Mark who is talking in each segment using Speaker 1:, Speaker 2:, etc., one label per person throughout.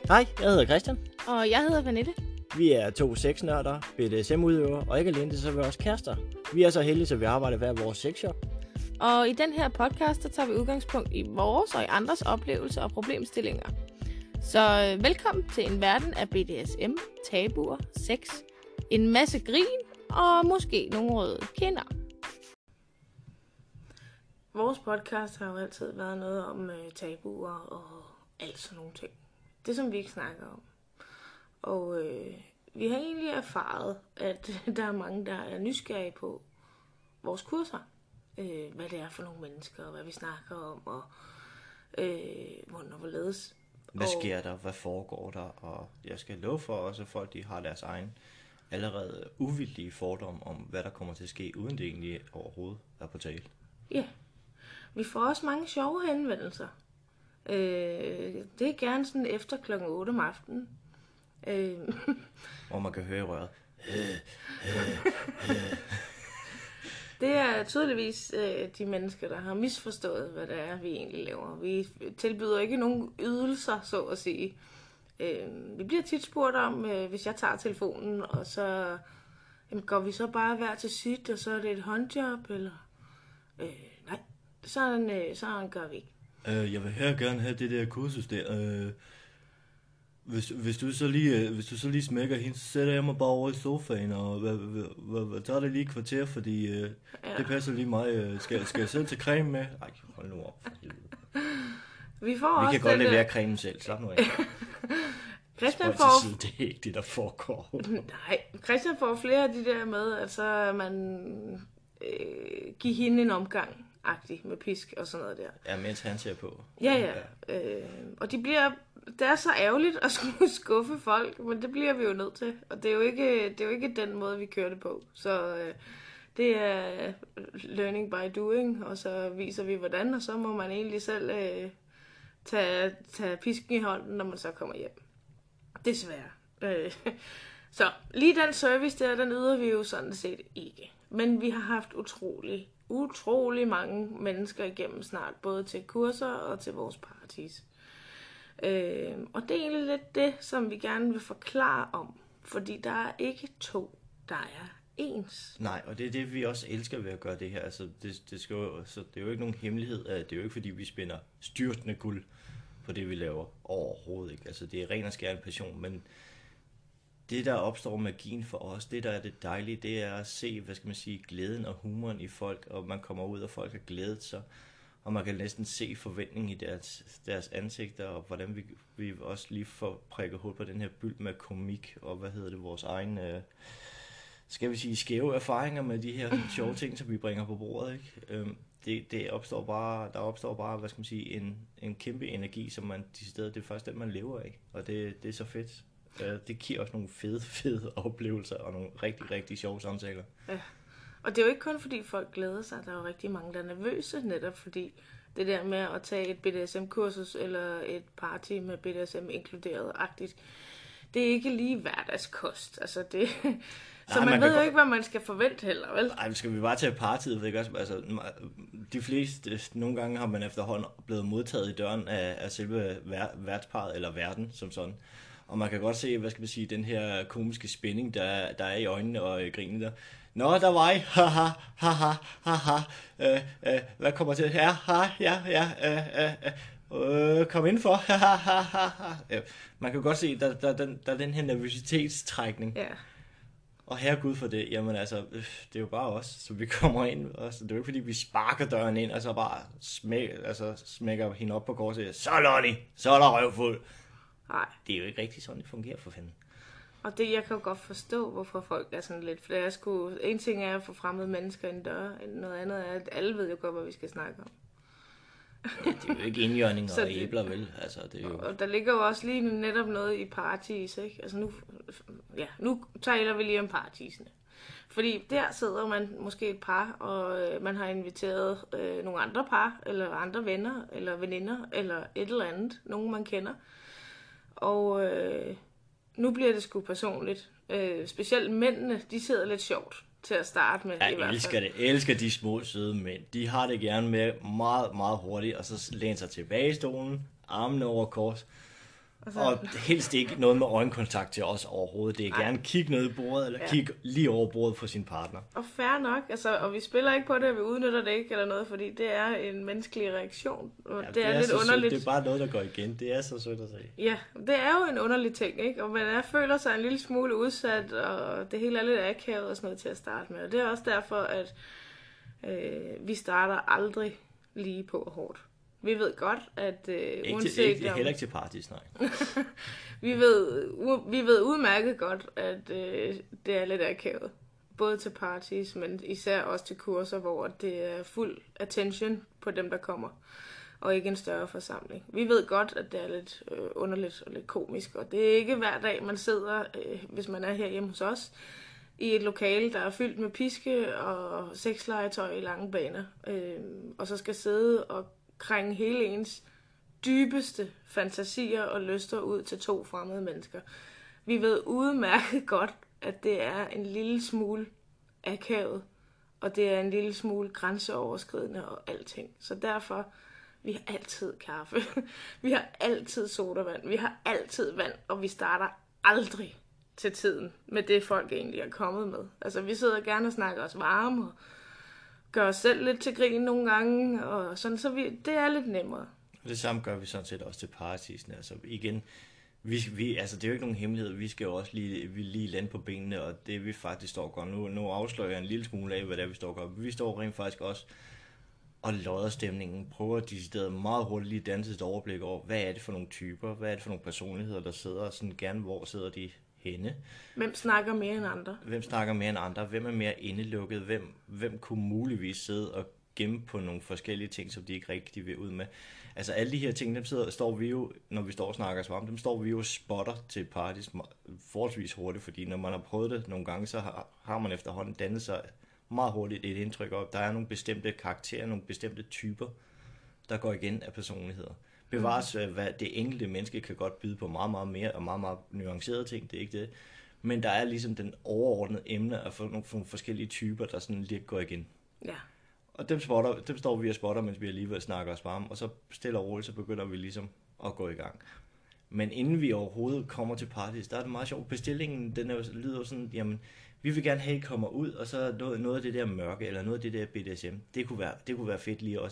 Speaker 1: Hej, jeg hedder Christian.
Speaker 2: Og jeg hedder Vanette.
Speaker 1: Vi er to sexnørder, BDSM-udøvere, og ikke alene det, så er vi også kærester. Vi er så heldige, at vi arbejder hver vores sexshop.
Speaker 2: Og i den her podcast, der tager vi udgangspunkt i vores og i andres oplevelser og problemstillinger. Så velkommen til en verden af BDSM, tabuer, sex, en masse grin og måske nogle røde kinder. Vores podcast har jo altid været noget om tabuer og alt sådan nogle ting. Det, som vi ikke snakker om. Og vi har egentlig erfaret, at der er mange, der er nysgerrige på vores kurser. Hvad det er for nogle mennesker, og hvad vi snakker om, og hvordan og hvorledes.
Speaker 3: Hvad sker der? Hvad foregår der? Og jeg skal love for også, at folk de har deres egen allerede uvildige fordom om, hvad der kommer til at ske, uden det egentlig overhovedet er på tale.
Speaker 2: Ja. Vi får også mange sjove henvendelser. Det er gerne sådan efter klokken 8 om aftenen.
Speaker 3: Hvor man kan høre i røret.
Speaker 2: Det er tydeligvis de mennesker, der har misforstået, hvad det er, vi egentlig laver. Vi tilbyder ikke nogen ydelser, så at sige. Vi bliver tit spurgt om, hvis jeg tager telefonen, og så går vi så bare hver til sit, og så er det et håndjob, eller... Nej, sådan gør vi ikke.
Speaker 3: Jeg vil her gerne have det der kursus der. Hvis du så lige smækker hende, så sætter jeg mig bare over i sofaen, og tager det lige et kvarter, fordi det passer lige mig. Skal jeg selv til creme med? Ej, hold nu op for helvede.
Speaker 2: Vi
Speaker 3: kan godt levere cremen selv, slap nu af.
Speaker 2: Christian får...
Speaker 3: Det er ikke det, der foregår.
Speaker 2: Nej, Christian får flere af de der med, at så man giver hende en omgang med pisk og sådan noget der.
Speaker 3: Ja, mens han ser på.
Speaker 2: Ja. Og det er så ærgerligt at skulle skuffe folk, men det bliver vi jo nødt til. Og det er jo ikke den måde, vi kører det på. Så det er learning by doing, og så viser vi hvordan, og så må man egentlig selv tage pisken i hånden, når man så kommer hjem. Desværre. Så lige den service der, den yder vi jo sådan set ikke. Men vi har haft utrolig mange mennesker igennem snart, både til kurser og til vores parties. Og det er egentlig lidt det, som vi gerne vil forklare om. Fordi der er ikke to, der er ens.
Speaker 3: Nej, og det er det, vi også elsker ved at gøre det her. Altså, det er jo ikke nogen hemmelighed. Det er jo ikke, fordi vi spænder styrtende guld på det, vi laver. Overhovedet ikke. Altså, det er ren og skær en passion, men det, der opstår magien for os, det, der er det dejlige, det er at se, glæden og humoren i folk, og man kommer ud, og folk har glædet sig, og man kan næsten se forventning i deres ansigter, og hvordan vi også lige får prikket hul på den her byld med komik, og vores egen, skæve erfaringer med de her sjove ting, som vi bringer på bordet, ikke? Der opstår bare, en kæmpe energi, som man det er faktisk den, man lever af, og det er så fedt. Det giver også nogle fede oplevelser og nogle rigtig, rigtig sjove samtaler. Ja.
Speaker 2: Og det er jo ikke kun fordi folk glæder sig, der er jo rigtig mange, der er nervøse, netop fordi det der med at tage et BDSM-kursus eller et party med BDSM inkluderet-agtigt, det er ikke lige hverdagskost. Altså det... Så man ved jo ikke, hvad man skal forvente heller, vel?
Speaker 3: Nej, skal vi bare tage partiet, ikke også? Altså, de fleste, nogle gange har man efterhånden blevet modtaget i døren af selve værtsparret eller verden som sådan. Og man kan godt se, den her komiske spænding, der er i øjnene og i grinene der. Nå, der var I. Haha. Hvad kommer til? Kom indenfor. Man kan godt se, der er den her nervøsitetstrækning.
Speaker 2: Ja.
Speaker 3: Og herregud for det, jamen altså, det er jo bare os, så vi kommer ind. Altså, det er jo ikke fordi, vi sparker døren ind, og så bare smækker hende op på korset. Så Lonnie, så er der røvfuld.
Speaker 2: Nej.
Speaker 3: Det er jo ikke rigtig sådan, det fungerer for fanden.
Speaker 2: Og det, jeg kan jo godt forstå, hvorfor folk er sådan lidt. For en ting er at få fremmede mennesker ind døre, noget andet er, at alle ved jo godt, hvad vi skal snakke om.
Speaker 3: Ja, det er jo ikke indjørninger og æbler, vel? Altså, det er jo...
Speaker 2: Og der ligger jo også lige netop noget i parties, ikke? Altså nu taler vi lige om partiesene. Fordi der sidder man måske et par, og man har inviteret nogle andre par, eller andre venner, eller veninder, eller et eller andet, nogen man kender. Og nu bliver det sgu personligt. Specielt mændene, de sidder lidt sjovt til at starte med.
Speaker 3: Jeg elsker de små søde mænd. De har det gerne med meget, meget hurtigt, og så læner sig tilbage i stolen, armene over kors, Og helst ikke noget med øjenkontakt til os overhovedet. Det er gerne kigge ned i bordet, eller kigge lige over bordet for sin partner.
Speaker 2: Og fair nok, altså, og vi spiller ikke på det, og vi udnytter det ikke eller noget, fordi det er en menneskelig reaktion. Og det er lidt underligt.
Speaker 3: Det er bare noget, der går igen. Det er så sødt at sige.
Speaker 2: Ja, det er jo en underlig ting, ikke? Og man føler sig en lille smule udsat, og det hele er lidt akavet og sådan noget til at starte med. Og det er også derfor, at vi starter aldrig lige på hårdt. Vi ved godt, at uanset
Speaker 3: ikke heller ikke til parties, nej.
Speaker 2: vi ved udmærket godt, at det er lidt akavet. Både til parties, men især også til kurser, hvor det er fuld attention på dem, der kommer. Og ikke en større forsamling. Vi ved godt, at det er lidt underligt og lidt komisk. Og det er ikke hver dag, man sidder, hvis man er her hjemme hos os, i et lokale, der er fyldt med piske og sexlegetøj i lange baner. Og så skal sidde og krænge hele ens dybeste fantasier og lyster ud til 2 fremmede mennesker. Vi ved udmærket godt, at det er en lille smule akavet, og det er en lille smule grænseoverskridende og alting. Så derfor, vi har altid kaffe, vi har altid sodavand, vi har altid vand, og vi starter aldrig til tiden med det, folk egentlig er kommet med. Altså, vi sidder gerne og snakker os varme, og gør os selv lidt til grin nogle gange, og sådan, så det er lidt nemmere.
Speaker 3: Det samme gør vi sådan set også til partisne. Altså igen, altså det er jo ikke nogen hemmelighed, vi skal jo også lige lande på benene, og det vi faktisk står godt. Nu afslører jeg en lille smule af, hvad det er, vi står godt. Vi står rent faktisk også og lodder stemningen, prøver at decideret meget hurtigt lige danse et overblik over, hvad er det for nogle typer, hvad er det for nogle personligheder, der sidder sådan gerne, hvor sidder de henne.
Speaker 2: Hvem snakker mere end andre?
Speaker 3: Hvem er mere indelukket? Hvem kunne muligvis sidde og gemme på nogle forskellige ting, som de ikke rigtig vil ud med? Altså alle de her ting, dem står vi jo, når vi står og snakker så om, dem står vi jo og spotter til parties forholdsvis hurtigt, fordi når man har prøvet det nogle gange, så har man efterhånden dannet sig meget hurtigt et indtryk op. Der er nogle bestemte karakterer, nogle bestemte typer, der går igen af personligheder. Bevares, hvad det enkelte menneske kan godt byde på meget, meget mere og meget, meget nuancerede ting, det er ikke det. Men der er ligesom den overordnede emne af nogle forskellige typer, der sådan lidt går igen.
Speaker 2: Ja.
Speaker 3: Og dem står vi og spotter, mens vi alligevel snakker os varme, og så stille og roligt, så begynder vi ligesom at gå i gang. Men inden vi overhovedet kommer til parties, der er det meget sjovt. Bestillingen, lyder jo sådan, jamen, vi vil gerne have, at I kommer ud, og så noget af det der mørke, eller noget af det der BDSM, det kunne være fedt lige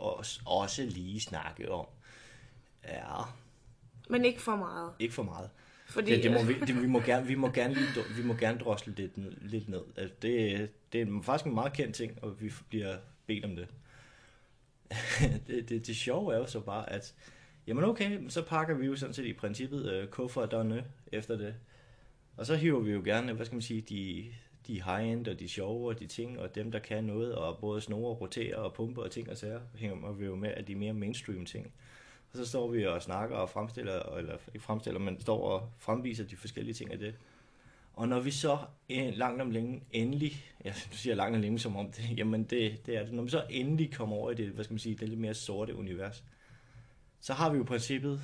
Speaker 3: også lige snakke om. Ja. Men
Speaker 2: ikke for meget.
Speaker 3: Ikke for meget.
Speaker 2: Fordi
Speaker 3: vi må gerne drosle lidt ned. Altså, det er faktisk en meget kendt ting, og vi bliver bedt om det. Det sjove er jo så bare, at jamen okay, så pakker vi jo sådan set i princippet kufferterne efter det. Og så hiver vi jo gerne, hvad skal man sige, de high-end og de sjove og de ting, og dem der kan noget, og både snore og rotere og pumpe og ting og sager, hænger vi jo med af de mere mainstream ting. Og så står vi og snakker og fremstiller, men står og fremviser de forskellige ting af det. Og når vi så langt om længe endelig, jeg siger langt om længe som om det, jamen det er det, når vi så endelig kommer over i det, hvad skal man sige, det lidt mere sorte univers, så har vi jo i princippet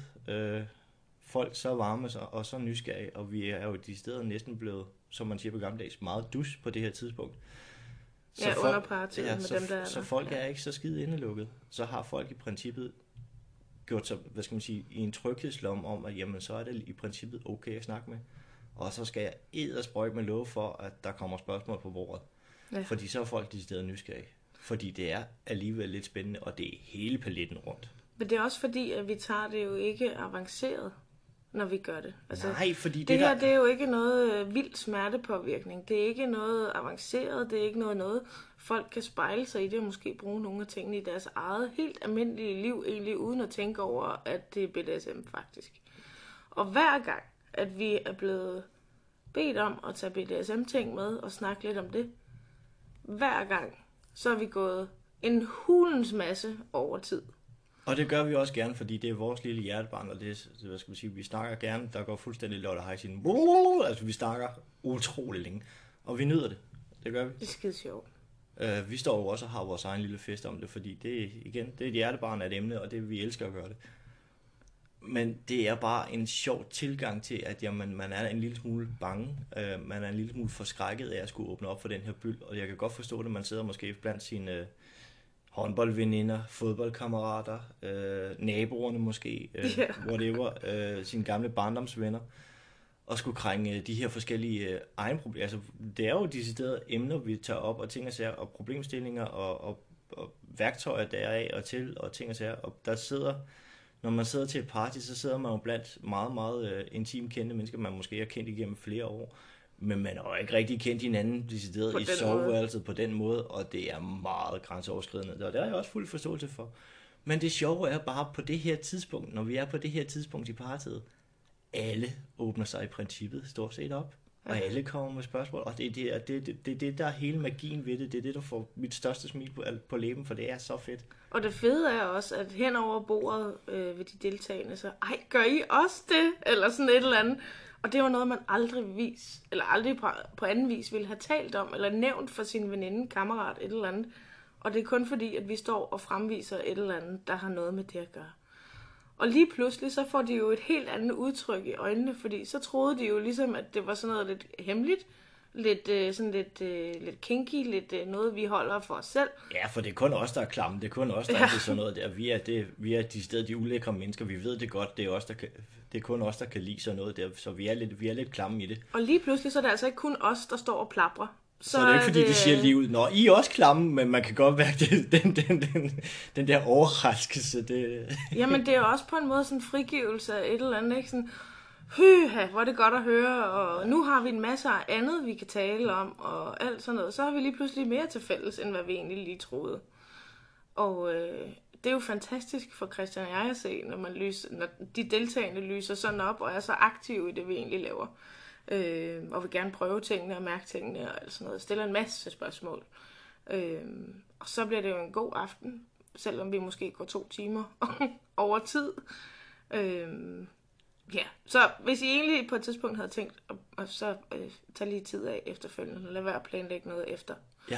Speaker 3: folk så varme og så nysgerrige, og vi er jo de steder næsten blevet, som man siger på gammeldags, meget dus på det her tidspunkt.
Speaker 2: Så ja, under partiet med dem, der er
Speaker 3: så
Speaker 2: der.
Speaker 3: folk er ikke så skide indelukket. Så har folk i princippet gjort sig, hvad skal man sige, i en tryghedslomme om, at jamen, så er det i princippet okay at snakke med. Og så skal jeg eddersprøjt med love for, at der kommer spørgsmål på bordet. Ja. Fordi så er folk de steder nysgerrige. Fordi det er alligevel lidt spændende, og det er hele paletten rundt.
Speaker 2: Men det er også fordi, at vi tager det jo ikke avanceret, når vi gør det. Altså,
Speaker 3: nej, fordi
Speaker 2: det her, det er jo ikke noget vild smertepåvirkning. Det er ikke noget avanceret, det er ikke noget. Folk kan spejle sig i det og måske bruge nogle af tingene i deres eget helt almindelige liv, egentlig uden at tænke over, at det er BDSM faktisk. Og hver gang, at vi er blevet bedt om at tage BDSM-ting med og snakke lidt om det, hver gang, så er vi gået en hulens masse over tid.
Speaker 3: Og det gør vi også gerne, fordi det er vores lille hjertebarn, og det er, hvad skal man sige, vi snakker gerne, der går fuldstændig Lotte Heiss i altså vi snakker utrolig længe, og vi nyder det. Det gør vi.
Speaker 2: Det er skide sjovt.
Speaker 3: Vi står jo også og har vores egen lille fest om det, fordi det er et hjertebarn af et emne, og det vi elsker at gøre det. Men det er bare en sjov tilgang til, at jamen, man er en lille smule bange, man er en lille smule forskrækket af at skulle åbne op for den her byld, og jeg kan godt forstå det, man sidder måske blandt sine håndboldveninder, fodboldkammerater, naboerne måske, whatever, sine gamle barndomsvenner, og skulle krænge de her forskellige egen problemer. Altså, det er jo deciderede emner, vi tager op, og ting og sager, og problemstillinger, og værktøjer, der er af og til, og ting og sager. Og der sidder, når man sidder til et party, så sidder man jo blandt meget, meget intimt kendte mennesker, man måske har kendt igennem flere år, men man har jo ikke rigtig kendt hinanden decideret i soveværelset på den måde, og det er meget grænseoverskridende, og det har jeg også fuld forståelse for. Men det sjove er bare på det her tidspunkt, når vi er på det her tidspunkt i partiet, alle åbner sig i princippet stort set op, og alle kommer med spørgsmål, og det er det, der er hele magien ved det. Det er det, der får mit største smil på læben, for det er så fedt.
Speaker 2: Og det fede er også, at hen over bordet ved de deltagende, så, gør I også det? Eller sådan et eller andet. Og det var noget, man aldrig på anden vis ville have talt om, eller nævnt for sin veninde, kammerat, et eller andet. Og det er kun fordi, at vi står og fremviser et eller andet, der har noget med det at gøre. Og lige pludselig, så får de jo et helt andet udtryk i øjnene, fordi så troede de jo ligesom, at det var sådan noget lidt hemmeligt, lidt kinky, lidt noget, vi holder for os selv.
Speaker 3: Ja, for det er kun os, der er klamme. Det er kun os, der er sådan noget der. Vi er de steder, de ulækre mennesker. Vi ved det godt. Det er kun os, der kan lide sådan noget der. Så vi er lidt klamme i det.
Speaker 2: Og lige pludselig, så er det altså ikke kun os, der står og plaprer.
Speaker 3: Så det er ikke fordi, de siger lige ud, nå, I er også klamme, men man kan godt mærke den der overraskelse. Det...
Speaker 2: Jamen, det er jo også på en måde sådan en frigivelse af et eller andet, ikke? Sådan, hvor er det godt at høre, og nu har vi en masse af andet, vi kan tale om, og alt sådan noget. Så har vi lige pludselig mere til fælles, end hvad vi egentlig lige troede. Og det er jo fantastisk for Christian og jeg at se, når de deltagende lyser sådan op, og er så aktive i det, vi egentlig laver. Og vil gerne prøve tingene og mærke tingene og alt sådan noget. Stiller en masse spørgsmål. Og så bliver det jo en god aften, selvom vi måske går 2 timer over tid. Ja, så hvis I egentlig på et tidspunkt havde tænkt at så tage lige tid af efterfølgende, og lade være at planlægge noget efter.
Speaker 3: Jeg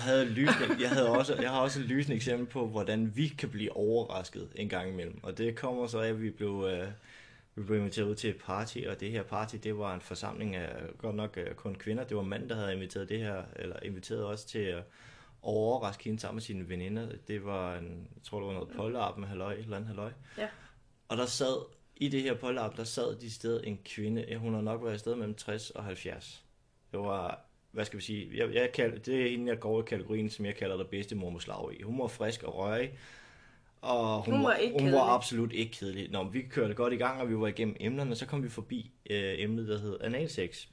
Speaker 3: har også et lysende eksempel på, hvordan vi kan blive overrasket en gang imellem. Og det kommer så af, at vi blev inviteret ud til et party, og det her party, det var en forsamling af godt nok kun kvinder. Det var manden, der havde inviteret det her, eller inviteret os til at overraske hende sammen med sine veninder. Det var jeg tror det var noget polterappen, et eller andet halløj. Ja. Og der sad, i det her polterappen, der sad de steder en kvinde, hun har nok været i stedet mellem 60 og 70. Det var, hvad skal vi sige, det er hende, jeg går i kategorien, som jeg kalder det bedste mormoslag i. Hun var frisk og rørig. Og hun var absolut ikke kedelig. Når vi kørte godt i gang, og vi var igennem emnerne, så kom vi forbi emnet, der hed analsex.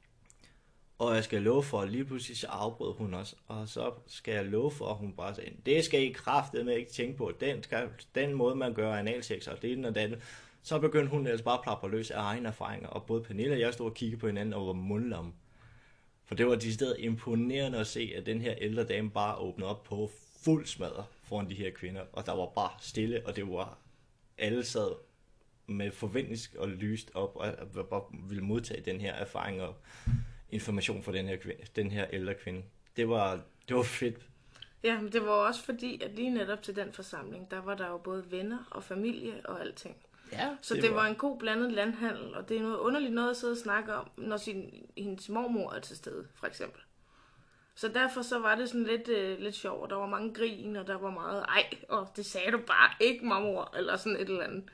Speaker 3: Og jeg skal love for, at lige pludselig så afbrød hun også. Og så skal jeg love for, at hun bare sagde, det skal I kraftedeme ikke tænke på. Den måde, man gør analsex, og det er den og den. Så begyndte hun ellers bare at plapre løs af egne erfaringer. Og både Pernille og jeg stod og kiggede på hinanden og var mundlamme. For det var de steder imponerende at se, at den her ældre dame bare åbnede op på fuld smadre foran de her kvinder, og der var bare stille, og det var alle sad med forventning og lyst op, og bare ville modtage den her erfaring og information fra den her ældre kvinde. Det var fedt.
Speaker 2: Ja, men det var også fordi, at lige netop til den forsamling, der var der jo både venner og familie og alting. Ja, så det var en god blandet landhandel, og det er noget underligt noget at sidde og snakke om, når hendes mormor er til stede, for eksempel. Så derfor så var det sådan lidt sjovt, og der var mange grin, og der var meget, det sagde du bare ikke, mormor, eller sådan et eller andet.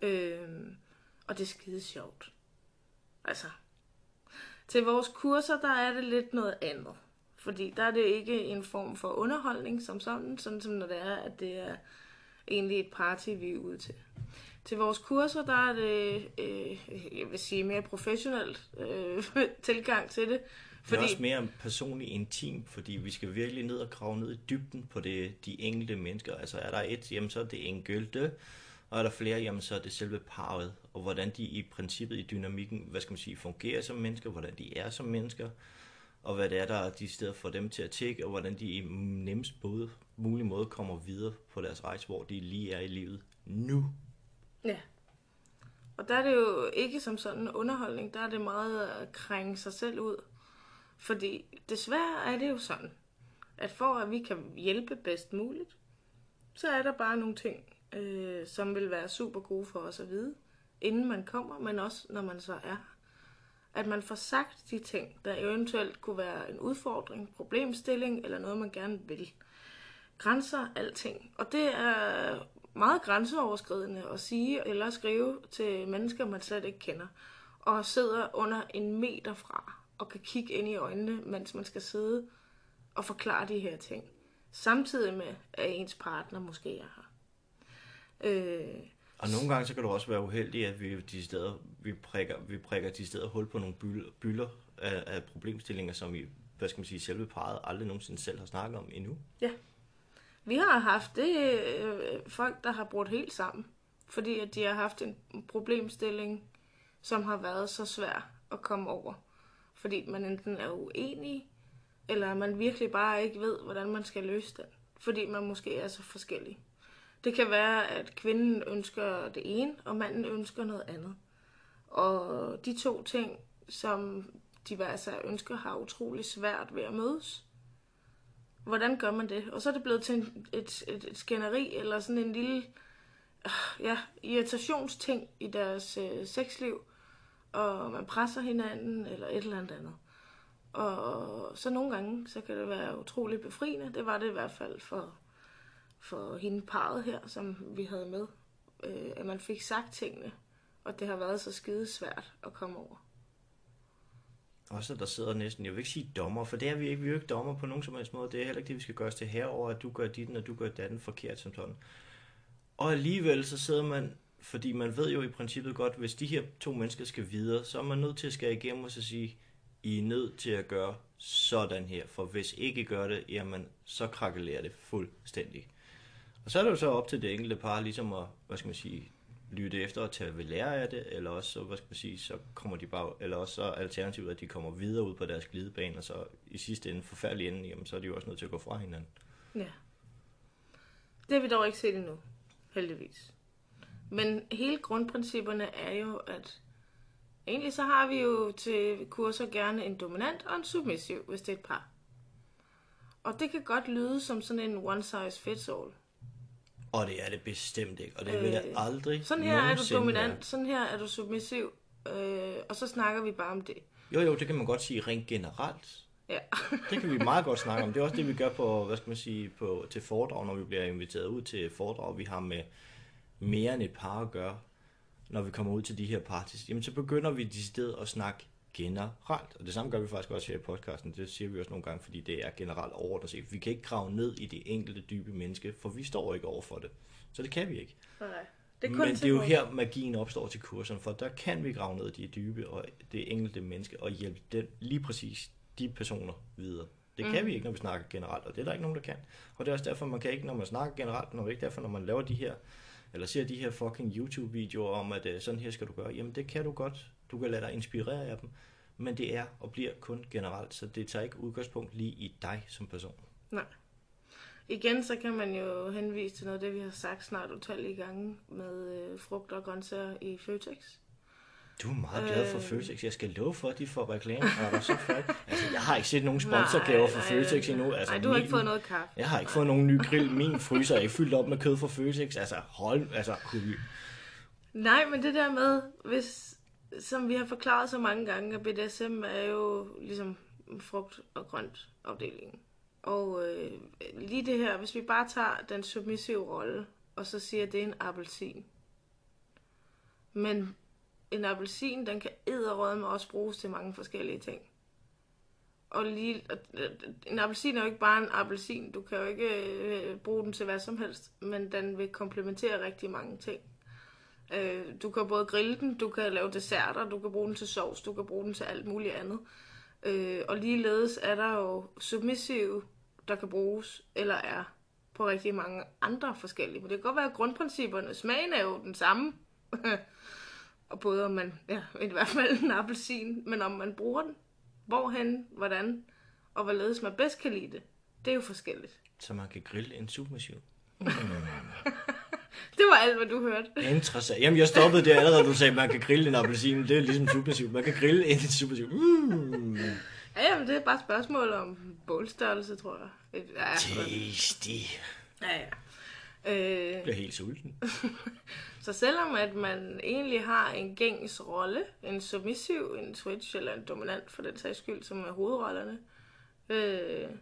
Speaker 2: Og det er skide sjovt. Altså, til vores kurser, der er det lidt noget andet. Fordi der er det ikke en form for underholdning som sådan som når det er, at det er egentlig et party, vi er ude til. Til vores kurser, der er det, jeg vil sige, mere professionelt tilgang til det.
Speaker 3: Det er også mere personligt intimt, fordi vi skal virkelig ned og grave ned i dybden på de enkelte mennesker. Altså er der et, jamen så er det enkelte, og er der flere, jamen så er det selve parret, og hvordan de i princippet i dynamikken, hvad skal man sige, fungerer som mennesker, hvordan de er som mennesker, og hvad det er, der er de steder for dem til at tjekke, og hvordan de i nemmest mulig måde kommer videre på deres rejse, hvor de lige er i livet nu.
Speaker 2: Ja. Og der er det jo ikke som sådan en underholdning, der er det meget at krænge sig selv ud. Fordi desværre er det jo sådan, at for at vi kan hjælpe bedst muligt, så er der bare nogle ting, som vil være super gode for os at vide, inden man kommer, men også når man så er. At man får sagt de ting, der eventuelt kunne være en udfordring, problemstilling eller noget, man gerne vil. grænser alting. Og det er meget grænseoverskridende at sige eller skrive til mennesker, man slet ikke kender. Og sidder under 1 meter fra og kan kigge ind i øjnene, mens man skal sidde og forklare de her ting. Samtidig med, at ens partner måske er her.
Speaker 3: Og nogle gange så kan du også være uheldig, at vi prikker de steder hul på nogle bylder af problemstillinger, som vi, selve parret aldrig nogensinde selv har snakket om endnu.
Speaker 2: Ja. Vi har haft folk, der har brudt helt sammen, fordi at de har haft en problemstilling, som har været så svær at komme over. Fordi man enten er uenig, eller man virkelig bare ikke ved, hvordan man skal løse den. Fordi man måske er så forskellig. Det kan være, at kvinden ønsker det ene, og manden ønsker noget andet. Og de 2 ting, som de hver især ønsker, har utrolig svært ved at mødes. Hvordan gør man det? Og så er det blevet til et skænderi, eller sådan en lille irritationsting i deres sexliv. Og man presser hinanden, eller et eller andet. Og så nogle gange, så kan det være utrolig befriende. Det var det i hvert fald for hende parret her, som vi havde med. At man fik sagt tingene, og det har været så skide svært at komme over.
Speaker 3: Også der sidder næsten, jeg vil ikke sige dommer, for det er vi ikke. Vi er jo ikke dommer på nogen som helst måde. Det er heller ikke det, vi skal gøre os til herover, at du gør dit, og du gør datten forkert som sådan. Og alligevel så sidder man, fordi man ved jo i princippet godt, hvis de her 2 mennesker skal videre, så er man nødt til at skære igennem og så sige, I er nødt til at gøre sådan her, for hvis ikke I gør det, jamen så krakelerer det fuldstændig. Og så er det jo så op til det enkelte par ligesom at, lytte efter og tage ved lære af det, eller også så kommer de bare, eller også så alternativet, at de kommer videre ud på deres glidebane, og så i sidste ende, forfærdelig ende, jamen så er de jo også nødt til at gå fra hinanden.
Speaker 2: Ja. Det har vi dog ikke set endnu, heldigvis. Men hele grundprincipperne er jo, at egentlig så har vi jo til kurser gerne en dominant og en submissiv, hvis det er et par. Og det kan godt lyde som sådan en one size fits all.
Speaker 3: Og det er det bestemt ikke, og det vil jeg aldrig
Speaker 2: sådan her er du dominant, sådan her er du submissiv, og så snakker vi bare om det.
Speaker 3: Jo, det kan man godt sige rent generelt.
Speaker 2: Ja.
Speaker 3: Det kan vi meget godt snakke om. Det er også det, vi gør på, til foredrag, når vi bliver inviteret ud til foredrag, vi har med mere end et par at gøre, når vi kommer ud til de her parties. Jamen, så begynder vi decideret at snakke generelt. Og det samme gør vi faktisk også her i podcasten. Det siger vi også nogle gange, fordi det er generelt overordnet set. Vi kan ikke grave ned i det enkelte dybe menneske, for vi står ikke over for det. Så det kan vi ikke.
Speaker 2: Nej. Det er
Speaker 3: men det er jo her magien opstår til kurserne, for der kan vi grave ned i de dybe og det enkelte menneske og hjælpe dem, lige præcis de personer videre. Det kan vi ikke, når vi snakker generelt, og det er der ikke nogen, der kan. Og det er også derfor, man kan ikke, når man snakker generelt, når det ikke derfor, når man laver de her, eller ser de her fucking YouTube-videoer om, at sådan her skal du gøre. Jamen det kan du godt. Du kan lade dig inspirere af dem. Men det er og bliver kun generelt, så det tager ikke udgangspunkt lige i dig som person.
Speaker 2: Nej. Igen, så kan man jo henvise til noget af det, vi har sagt snart utallige gange med frugt og grøntsager i Føtex.
Speaker 3: Du er meget glad for Føtex. Jeg skal love for, at de får reklame. Altså, jeg har ikke set nogen sponsorgaver for Føtex endnu. Altså,
Speaker 2: nej, du har ikke fået noget kaffe.
Speaker 3: Jeg har ikke fået nogen ny grill. Min fryser er ikke fyldt op med kød fra Føtex.
Speaker 2: Nej, men det der med, som vi har forklaret så mange gange, at BDSM er jo ligesom frugt- og grønt afdelingen. Og lige det her, hvis vi bare tager den submissive rolle, og så siger, at det er en appelsin. Men en appelsin, den kan edderrødme også bruges til mange forskellige ting. Og en appelsin er jo ikke bare en appelsin. Du kan jo ikke bruge den til hvad som helst, men den vil komplementere rigtig mange ting. Du kan både grille den, du kan lave desserter, du kan bruge den til sovs, du kan bruge den til alt muligt andet. Og ligeledes er der jo submissive, der kan bruges, eller er på rigtig mange andre forskellige. Men det kan godt være, at grundprincipperne, smagen er jo den samme. Og både om man, i hvert fald en appelsin, men om man bruger den, hvorhen, hvordan, og hvorledes man bedst kan lide det, det er jo forskelligt.
Speaker 3: Så man kan grille en submissiv.
Speaker 2: Det var alt, hvad du hørte.
Speaker 3: Interessant. Jamen, jeg stoppede det allerede, du sagde, at man kan grille en appelsin. Det er ligesom submissiv. Man kan grille en submissiv.
Speaker 2: Ja, men det er bare et spørgsmål om bålstørrelse, tror jeg.
Speaker 3: Tasty.
Speaker 2: Ja.
Speaker 3: Jeg bliver helt sulten.
Speaker 2: Så selvom at man egentlig har en gængs rolle, en submissiv, en switch eller en dominant for den sags skyld, som er hovedrollerne,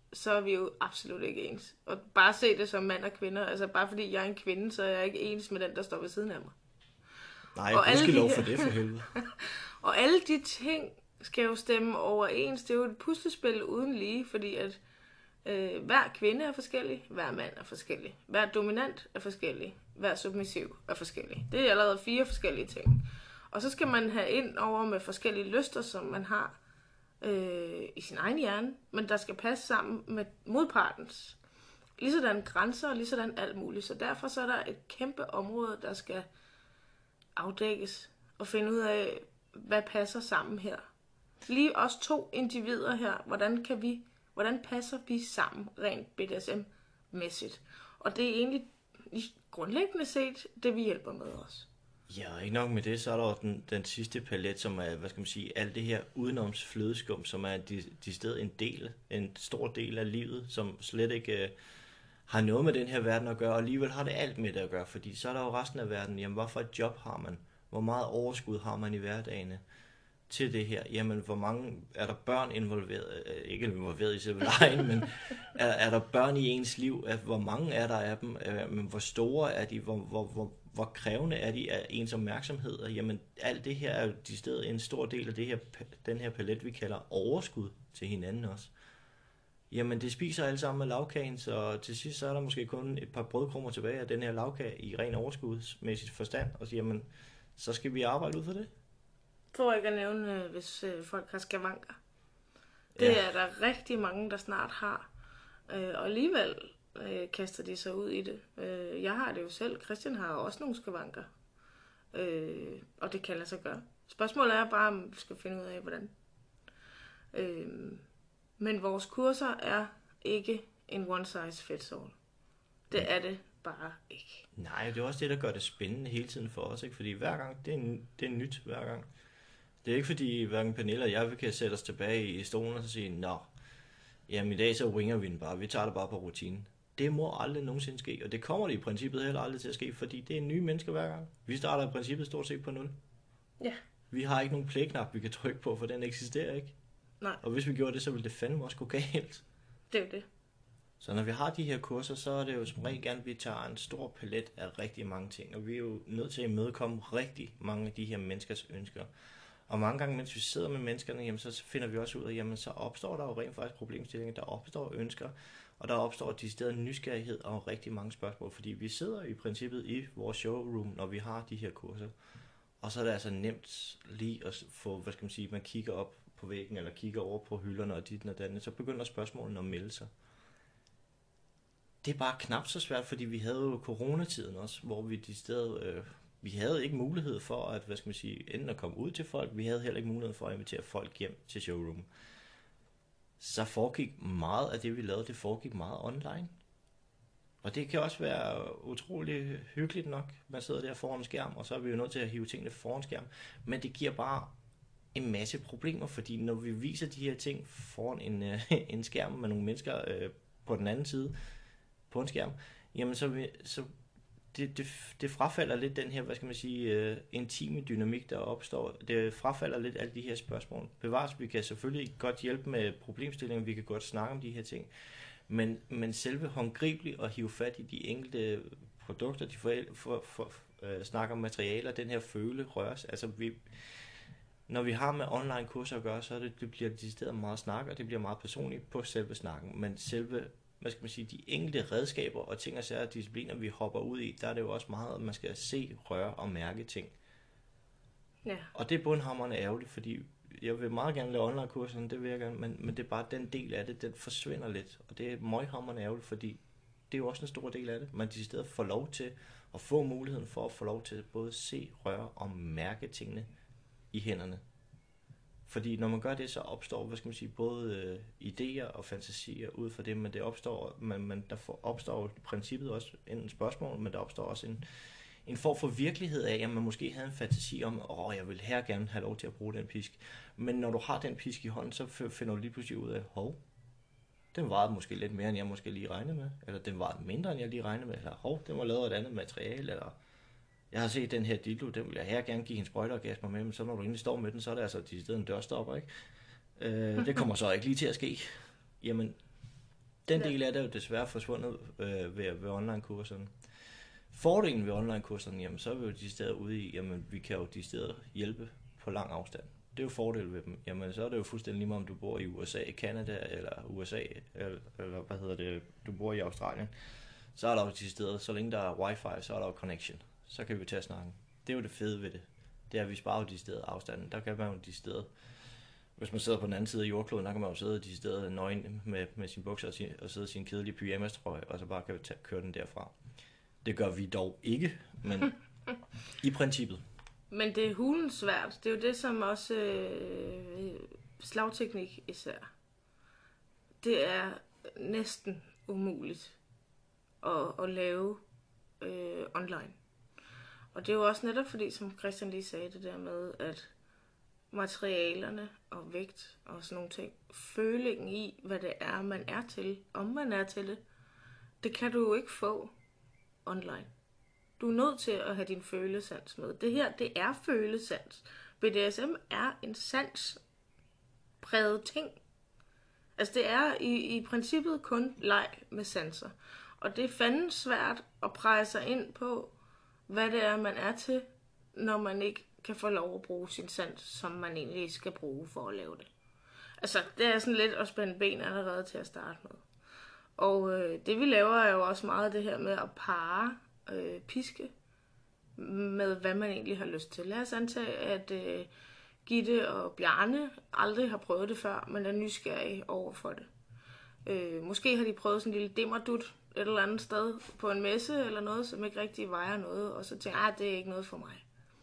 Speaker 2: så er vi jo absolut ikke ens. Og bare se det som mand og kvinder. Altså bare fordi jeg er en kvinde, så er jeg ikke ens med den, der står ved siden af mig.
Speaker 3: Nej,
Speaker 2: Og
Speaker 3: jeg skal lov
Speaker 2: alle de
Speaker 3: for det for helvede.
Speaker 2: Og alle de ting skal jo stemme overens. Det er jo et puslespil uden lige, fordi at hver kvinde er forskellig, hver mand er forskellig, hver dominant er forskellig, hver submissiv er forskellig. Det er allerede 4 forskellige ting. Og så skal man have ind over med forskellige lyster, som man har i sin egen hjerne, men der skal passe sammen med modpartens. Ligesådan grænser og ligesådan alt muligt. Så derfor så er der et kæmpe område, der skal afdækkes og finde ud af, hvad passer sammen her. Lige os 2 individer her, hvordan passer vi sammen rent BDSM-mæssigt? Og det er egentlig grundlæggende set det, vi hjælper med os.
Speaker 3: Ja, og ikke nok med det, så er der jo den sidste palet, som er, hvad skal man sige, alt det her udenoms flødeskum, som er de sted en stor del af livet, som slet ikke har noget med den her verden at gøre, og alligevel har det alt med det at gøre, fordi så er der jo resten af verden, jamen hvad for et job har man? Hvor meget overskud har man i hverdagene til det her? Jamen, hvor mange er der børn involveret? Ikke involveret i selve lejen, men er der børn i ens liv? Hvor mange er der af dem? Men hvor store er de? Hvor krævende er de af ens opmærksomhed? Jamen, alt det her er jo de steder en stor del af det her, den her palet, vi kalder overskud til hinanden også. Jamen, det spiser alle sammen med lavkagen, så til sidst så er der måske kun et par brødkrummer tilbage af den her lavkage i ren overskudsmæssigt forstand, og så, jamen, så skal vi arbejde ud for det.
Speaker 2: For ikke at nævne, hvis folk har skavanker. Det er der rigtig mange, der snart har. Og alligevel kaster de sig ud i det. Jeg har det jo selv. Christian har også nogle skavanker. Og det kan lade sig gøre. Spørgsmålet er bare, om vi skal finde ud af, hvordan. Men vores kurser er ikke en one size fits all. Det er det bare ikke.
Speaker 3: Nej, det er også det, der gør det spændende hele tiden for os, ikke? Fordi hver gang, det er nyt hver gang. Det er ikke fordi, hverken Pernille og jeg kan sætte os tilbage i stolen og så sige, nå, jamen i dag så winger vi den bare, vi tager det bare på rutinen. Det må aldrig nogensinde ske, og det kommer det i princippet heller aldrig til at ske, fordi det er nye mennesker hver gang. Vi starter i princippet stort set på 0.
Speaker 2: Ja.
Speaker 3: Vi har ikke nogen play-knap, vi kan trykke på, for den eksisterer ikke.
Speaker 2: Nej.
Speaker 3: Og hvis vi gjorde det, så ville det fandme også gå galt.
Speaker 2: Det er jo det.
Speaker 3: Så når vi har de her kurser, så er det jo som regel gerne, at vi tager en stor palet af rigtig mange ting, og vi er jo nødt til at imødekomme rigtig mange af de her menneskers ønsker. Og mange gange, mens vi sidder med menneskerne, jamen, så finder vi også ud af, jamen så opstår der jo rent faktisk problemstillinger, der opstår ønsker, og der opstår decideret nysgerrighed og rigtig mange spørgsmål, fordi vi sidder i princippet i vores showroom, når vi har de her kurser. Og så er det altså nemt lige at få, hvad skal man sige, man kigger op på væggen, eller kigger over på hylderne og dit og datten, så begynder spørgsmålene at melde sig. Det er bare knap så svært, fordi vi havde jo coronatiden også, hvor vi decideret... Vi havde ikke mulighed for at, hvad skal man sige, enten at komme ud til folk, vi havde heller ikke mulighed for at invitere folk hjem til showroom. Så foregik meget af det, vi lavede, det foregik meget online. Og det kan også være utrolig hyggeligt nok. Man sidder der foran en skærm, og så er vi jo nødt til at hive tingene foran skærm. Men det giver bare en masse problemer, fordi når vi viser de her ting foran en skærm med nogle mennesker på den anden side på en skærm, jamen så det frafalder lidt den her, hvad skal man sige, intime dynamik, der opstår. Det frafalder lidt alle de her spørgsmål. Bevares, vi kan selvfølgelig godt hjælpe med problemstillinger, vi kan godt snakke om de her ting, men selve håndgribeligt at hive fat i de enkelte produkter, de snakker om materialer, den her føle røres, altså når vi har med online kurser at gøre, så det bliver decideret meget snak, og det bliver meget personligt på selve snakken, men selve, hvad skal man sige, de enkelte redskaber og ting og sager og discipliner, vi hopper ud i, der er det jo også meget, at man skal se, røre og mærke ting.
Speaker 2: Ja.
Speaker 3: Og det er bundhamrende ærgerligt, fordi jeg vil meget gerne lave online-kurserne, det vil jeg gerne, men det er bare den del af det, den forsvinder lidt, og det er møghamrende ærgerligt, fordi det er jo også en stor del af det. Man i stedet får lov til at få muligheden for at få lov til at både se, røre og mærke tingene i hænderne. Fordi når man gør det, så opstår, hvad skal man sige, både idéer og fantasier ud fra det, men det opstår, opstår i princippet også en spørgsmål, men der opstår også en form for virkelighed af, at man måske havde en fantasi om, jeg vil her gerne have lov til at bruge den pisk. Men når du har den pisk i hånden, så finder du lige pludselig ud af, den varede måske lidt mere, end jeg måske lige regnede med, eller den varede mindre, end jeg lige regnede med, eller den var lavet af et andet materiale, eller jeg har set den her dildo, den vil jeg her gerne give en sprøjteorgasme med, men så når du egentlig står med den, så er det altså i stedet en dørstopper, ikke? Det kommer så ikke lige til at ske. Jamen, Den del af det er jo desværre forsvundet ved online-kurserne. Fordelen ved online-kurserne, jamen så er vi jo de steder ude i, jamen vi kan jo de steder hjælpe på lang afstand. Det er jo fordel ved dem. Jamen så er det jo fuldstændig lige meget, om du bor i USA, Canada eller USA, eller du bor i Australien. Så er der jo de steder, så længe der er wifi, så er der jo connection. Så kan vi tage snakken. Det er jo det fede ved det. Det er, at vi sparer de steder afstanden. Der kan man jo de steder. Hvis man sidder på den anden side af jordkloden, der kan man jo sidde de steder nøgen med sine bukser og sidde i sin kedelige pyjamastrøje, og så bare kan vi køre den derfra. Det gør vi dog ikke, men i princippet.
Speaker 2: Men det er hulens svært. Det er jo det, som også slagteknik især. Det er næsten umuligt at lave online. Og det er jo også netop fordi, som Christian lige sagde, det der med, at materialerne og vægt og sådan nogle ting, følingen i, hvad det er, man er til, om man er til det kan du jo ikke få online. Du er nødt til at have din følesans med. Det her, det er følesans. BDSM er en sanspræget ting. Altså det er i princippet kun leg med sanser. Og det er fandens svært at præge sig ind på, hvad det er, man er til, når man ikke kan få lov at bruge sin sans, som man egentlig skal bruge for at lave det. Altså, det er sådan lidt at spænde ben allerede til at starte med. Og det vi laver er jo også meget det her med at parre piske med, hvad man egentlig har lyst til. Lad os antage, at Gitte og Bjarne aldrig har prøvet det før, men er nysgerrige over for det. Måske har de prøvet sådan en lille dimmerdut et eller andet sted på en messe eller noget, som ikke rigtig vejer noget, og så tænker jeg, det er ikke noget for mig.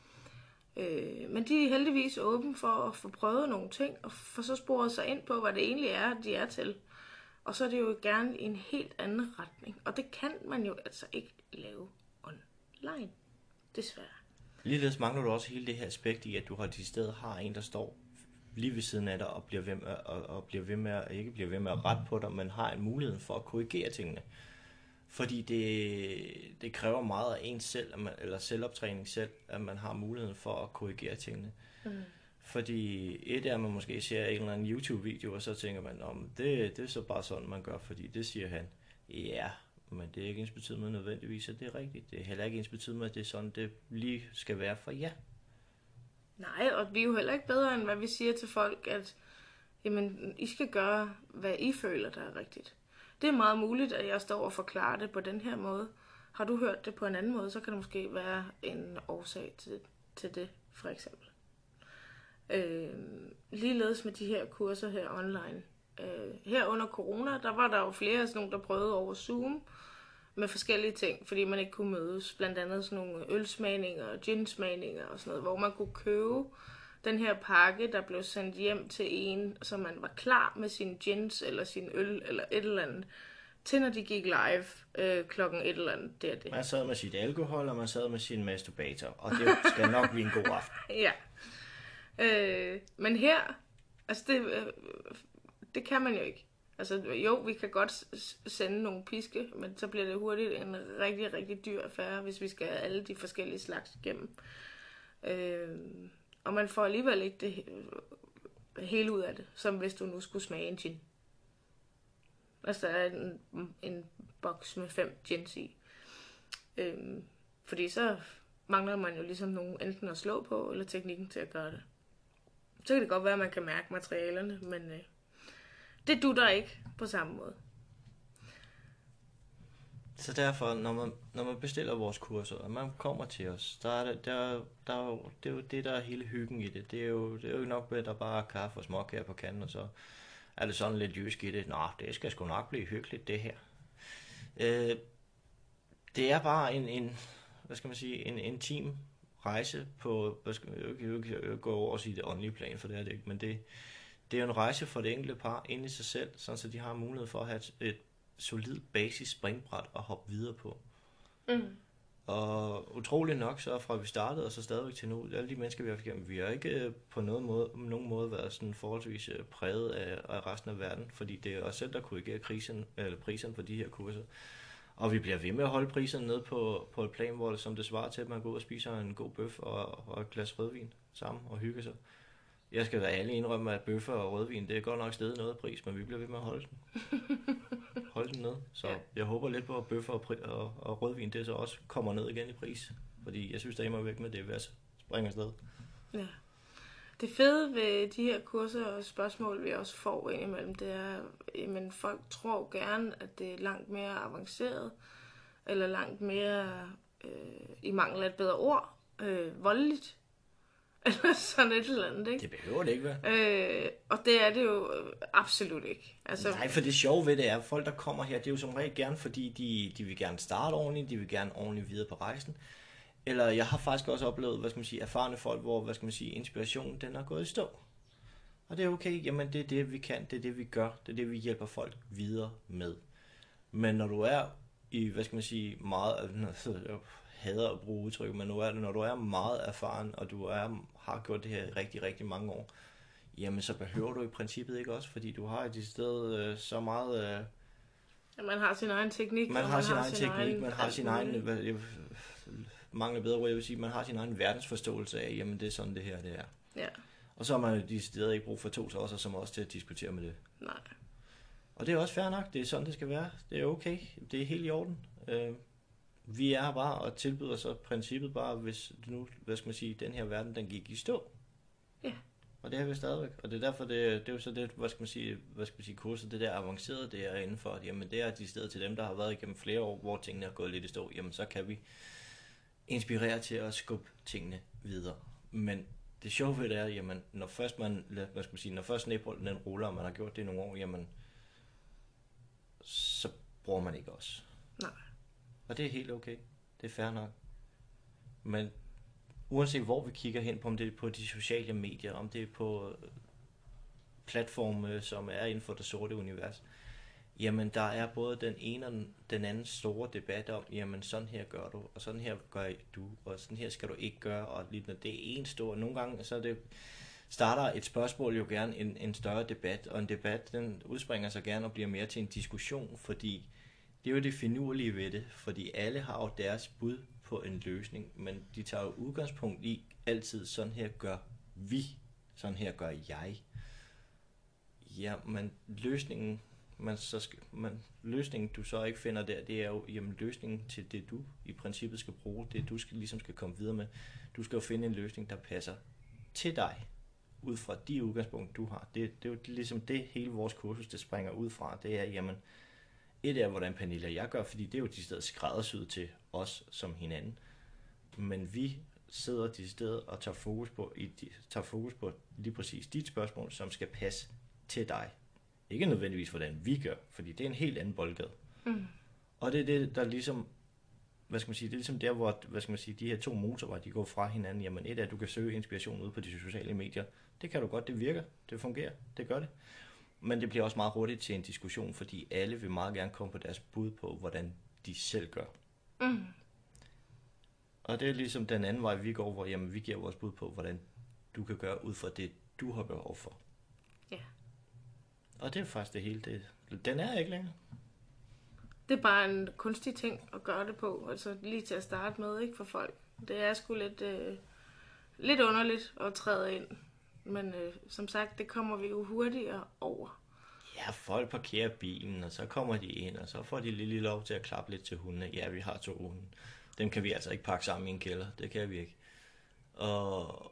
Speaker 2: Men de er heldigvis åbne for at få prøvet nogle ting, og få så sporet sig ind på, hvad det egentlig er, de er til. Og så er det jo gerne i en helt anden retning. Og det kan man jo altså ikke lave online, desværre.
Speaker 3: Ligeledes mangler du også hele det her aspekt i, at du de steder har en, der står lige ved siden af dig og bliver ved med at, ikke bliver ved med at rette på dig, men har en mulighed for at korrigere tingene. Fordi det kræver meget af en selv, eller selvoptræning selv, at man har muligheden for at korrigere tingene. Mm. Fordi et er, at man måske ser en eller anden YouTube-video, og så tænker man, det er så bare sådan, man gør, fordi det siger han. Ja, men det er ikke ensbetydende med nødvendigvis, at det er rigtigt. Det er heller ikke ensbetydende med, at det er sådan, det lige skal være for jer.
Speaker 2: Nej, og vi er jo heller ikke bedre, end hvad vi siger til folk, at jamen, I skal gøre, hvad I føler, der er rigtigt. Det er meget muligt, at jeg står og forklarer det på den her måde. Har du hørt det på en anden måde, så kan det måske være en årsag til det, for eksempel. Ligeledes med de her kurser her online. Her under corona, der var der jo flere af sådan nogle, der prøvede over Zoom med forskellige ting, fordi man ikke kunne mødes. Blandt andet sådan nogle ølsmagninger og ginsmagninger og sådan noget, hvor man kunne købe den her pakke, der blev sendt hjem til en, så man var klar med sin gins eller sin øl eller et eller andet, til når de gik live klokken et eller andet. Det.
Speaker 3: Man sad med sit alkohol, og man sad med sin masturbator, og det skal nok blive en god aften.
Speaker 2: Ja. Men her, altså det kan man jo ikke. Altså jo, vi kan godt sende nogle piske, men så bliver det hurtigt en rigtig, rigtig dyr affære, hvis vi skal have alle de forskellige slags igennem. Og man får alligevel ikke det hele ud af det, som hvis du nu skulle smage en gin. Altså der er en boks med 5 gins i. Fordi så mangler man jo ligesom nogen enten at slå på, eller teknikken til at gøre det. Så kan det godt være, at man kan mærke materialerne, men det dutter ikke på samme måde.
Speaker 3: Så derfor, når man bestiller vores kurser, og man kommer til os, det er jo det, der er hele hyggen i det. Det er jo ikke nok med, at der bare er kaffe og småkager på kanden, og så er det sådan lidt jysk i det. Nå, det skal sgu nok blive hyggeligt, det her. Det er bare en intim rejse på, jeg skal jo ikke gå over og sige det åndelige plan, for det er det ikke, men det er jo en rejse for det enkelte par ind i sig selv, sådan så de har mulighed for at have et solid basis springbræt at hoppe videre på. Mm. Og utroligt nok, så fra vi startede og så stadigvæk til nu, alle de mennesker vi har haft igennem, vi har ikke på nogen måde været sådan forholdsvis præget af resten af verden, fordi det er os selv, der korrigerer priserne på de her kurser. Og vi bliver ved med at holde priserne ned på et plan, hvor det som det svarer til, at man går ud og spiser en god bøf og et glas rødvin sammen og hygger sig. Jeg skal da alle indrømme, at bøffer og rødvin, det er godt nok steget noget af pris, men vi bliver ved med at holde den. holde den ned. Så
Speaker 2: Ja.
Speaker 3: jeg håber lidt på, at bøffer og rødvin, det så også kommer ned igen i pris. Fordi jeg synes, der er immer væk med det, ved at springe afsted.
Speaker 2: Ja. Det fede ved de her kurser og spørgsmål, vi også får indimellem, det er, at folk tror gerne, at det er langt mere avanceret, eller langt mere, i mangel af et bedre ord, voldeligt. Eller sådan et eller andet, ikke?
Speaker 3: Det behøver det ikke være.
Speaker 2: Og det er det jo absolut ikke. Altså,
Speaker 3: Nej, for det sjove ved det er, at folk, der kommer her, det er jo som regel gerne, fordi de vil gerne starte ordentligt, de vil gerne ordentligt videre på rejsen. Eller jeg har faktisk også oplevet, erfarne folk, hvor, inspirationen, den er gået i stå. Og det er okay, jamen det er det, vi kan, det er det, vi gør, det er det, vi hjælper folk videre med. Men når du er i, meget, jeg hader at bruge udtryk, men når du er meget erfaren, og du har gjort det her i rigtig, rigtig mange år, jamen så behøver du i princippet ikke også, fordi du har i det sted så meget...
Speaker 2: man har sin egen teknik.
Speaker 3: Man har sin egen teknik, man har sin egen... mangler bedre ord, jeg vil sige, man har sin egen verdensforståelse af, jamen det er sådan det her, det er.
Speaker 2: Ja.
Speaker 3: Og så har man jo de steder ikke brug for to tosser, som også til at diskutere med det.
Speaker 2: Nej.
Speaker 3: Og det er også fair nok, det er sådan det skal være, det er okay, det er helt i orden. Vi er her bare og tilbyder så princippet bare, hvis nu, den her verden, den gik i stå.
Speaker 2: Ja.
Speaker 3: Og det er vi stadigvæk, og det er derfor, det er jo så det, kurset, det der avancerede, det er indenfor, at jamen det er de steder til dem, der har været igennem flere år, hvor tingene er gået lidt i stå, jamen så kan vi inspirere til at skubbe tingene videre. Men det sjove ved det er, jamen når først når først snebolden den ruller, og man har gjort det i nogle år, jamen så bruger man ikke også.
Speaker 2: Nej.
Speaker 3: Og det er helt okay. Det er fair nok. Men uanset hvor vi kigger hen på, om det er på de sociale medier, om det er på platforme, som er inden for det sorte univers, jamen der er både den ene og den anden store debat om, jamen sådan her gør du, og sådan her gør du, og sådan her skal du ikke gøre, og lige når det er en stor, nogle gange så det starter et spørgsmål jo gerne en større debat, og en debat den udspringer sig gerne og bliver mere til en diskussion, fordi det er jo det finurlige ved det, fordi alle har jo deres bud på en løsning, men de tager jo udgangspunkt i altid, sådan her gør vi, sådan her gør jeg. Ja, men løsningen du så ikke finder der, det er jo jamen, løsningen til det, du i princippet skal bruge, det du skal komme videre med. Du skal jo finde en løsning, der passer til dig, ud fra de udgangspunkt, du har. Det er jo ligesom det, hele vores kursus, det springer ud fra. Det er, jamen, et er, hvordan Pernille og jeg gør, fordi det er jo de steder skræddersyet til os som hinanden. Men vi sidder de steder og tager fokus på lige præcis dit spørgsmål, som skal passe til dig. Ikke nødvendigvis, hvordan vi gør, fordi det er en helt anden boldgade. Mm. Og det er det, der ligesom, det er ligesom der, hvor, de her to motorveje, de går fra hinanden. Jamen et er, at du kan søge inspiration ude på de sociale medier. Det kan du godt, det virker, det fungerer, det gør det. Men det bliver også meget hurtigt til en diskussion, fordi alle vil meget gerne komme på deres bud på, hvordan de selv gør. Mm. Og det er ligesom den anden vej, vi går, hvor jamen, vi giver vores bud på, hvordan du kan gøre ud fra det, du har behov for.
Speaker 2: Ja.
Speaker 3: Og det er faktisk det hele. Den er ikke længere.
Speaker 2: Det er bare en kunstig ting at gøre det på, altså lige til at starte med, ikke for folk. Det er sgu lidt underligt at træde ind. Men som sagt, det kommer vi jo hurtigere over.
Speaker 3: Ja, folk parkerer bilen, og så kommer de ind, og så får de lige lov til at klappe lidt til hundene. Ja, vi har 2 hunde. Dem kan vi altså ikke pakke sammen i en kælder. Det kan vi ikke. Og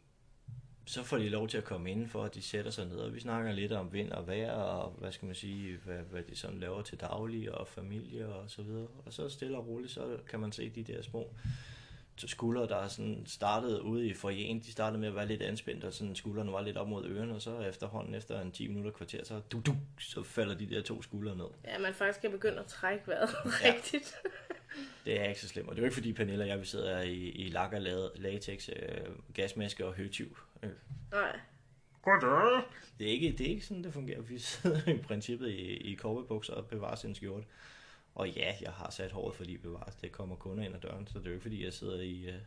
Speaker 3: så får de lov til at komme indenfor, og de sætter sig ned, og vi snakker lidt om vind og vejr, og hvad de sådan laver til daglig, og familie og så videre. Og så stille og roligt, så kan man se de der små skuldre, der er sådan startet ude i foyeren. De startede med at være lidt anspændt, og sådan skuldrene var lidt op mod ørerne, og så efterhånden, efter en 10 minutter kvarter, så falder de der 2 skuldre ned.
Speaker 2: Ja, man faktisk skal begynde at trække vejret rigtigt.
Speaker 3: Det er ikke så slemt, og det er jo ikke fordi Pernille og jeg, vi sidder i lakker, latex, gasmaske og høtyv.
Speaker 2: Nej.
Speaker 3: Det er ikke sådan, det fungerer. Vi sidder i princippet i cowboybukser og bevarer sin skjorte. Og ja, jeg har sat håret, fordi bevares, det kommer kunder ind ad døren, så det er jo ikke fordi, jeg sidder